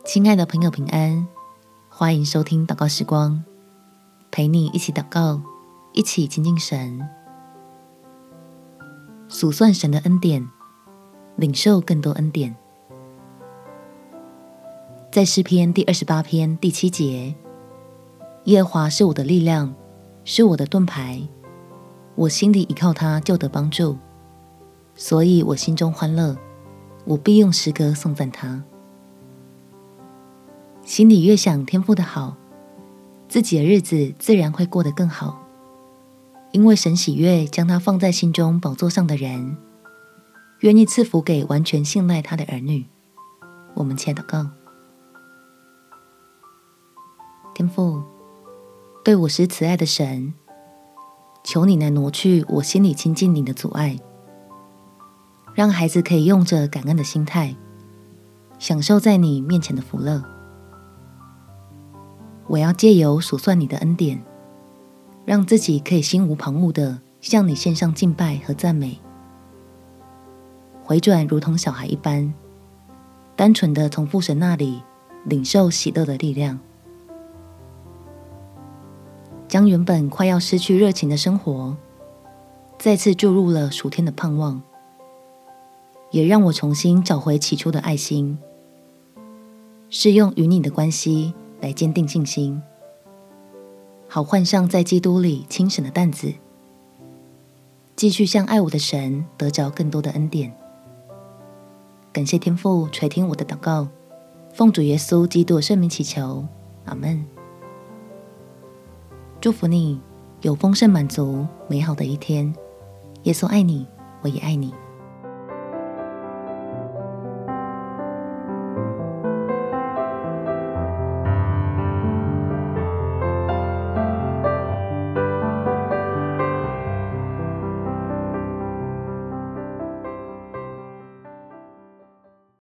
亲爱的朋友，平安，欢迎收听祷告时光，陪你一起祷告，一起亲近神，数算神的恩典，领受更多恩典。在诗篇第28篇第7节，耶和华是我的力量，是我的盾牌，我心里依靠他，就得帮助，所以我心中欢乐，我必用诗歌颂赞他。心里越想天父的好，自己的日子自然会过得更好，因为神喜悦将他放在心中宝座上的人，愿意赐福给完全信赖他的儿女。我们且祷告。天父，对我施慈爱的神，求你来挪去我心里亲近你的阻碍，让孩子可以用着感恩的心态，享受在你面前的福乐。我要借由数算你的恩典，让自己可以心无旁骛地向你献上敬拜和赞美，回转如同小孩一般，单纯地从父神那里领受喜乐的力量，将原本快要失去热情的生活再次注入了属天的盼望，也让我重新找回起初的爱心，是用与你的关系来坚定信心，好换上在基督里轻省的担子，继续向爱我的神得着更多的恩典。感谢天父垂听我的祷告，奉主耶稣基督的圣名祈求，阿们。祝福你有丰盛满足美好的一天。耶稣爱你，我也爱你。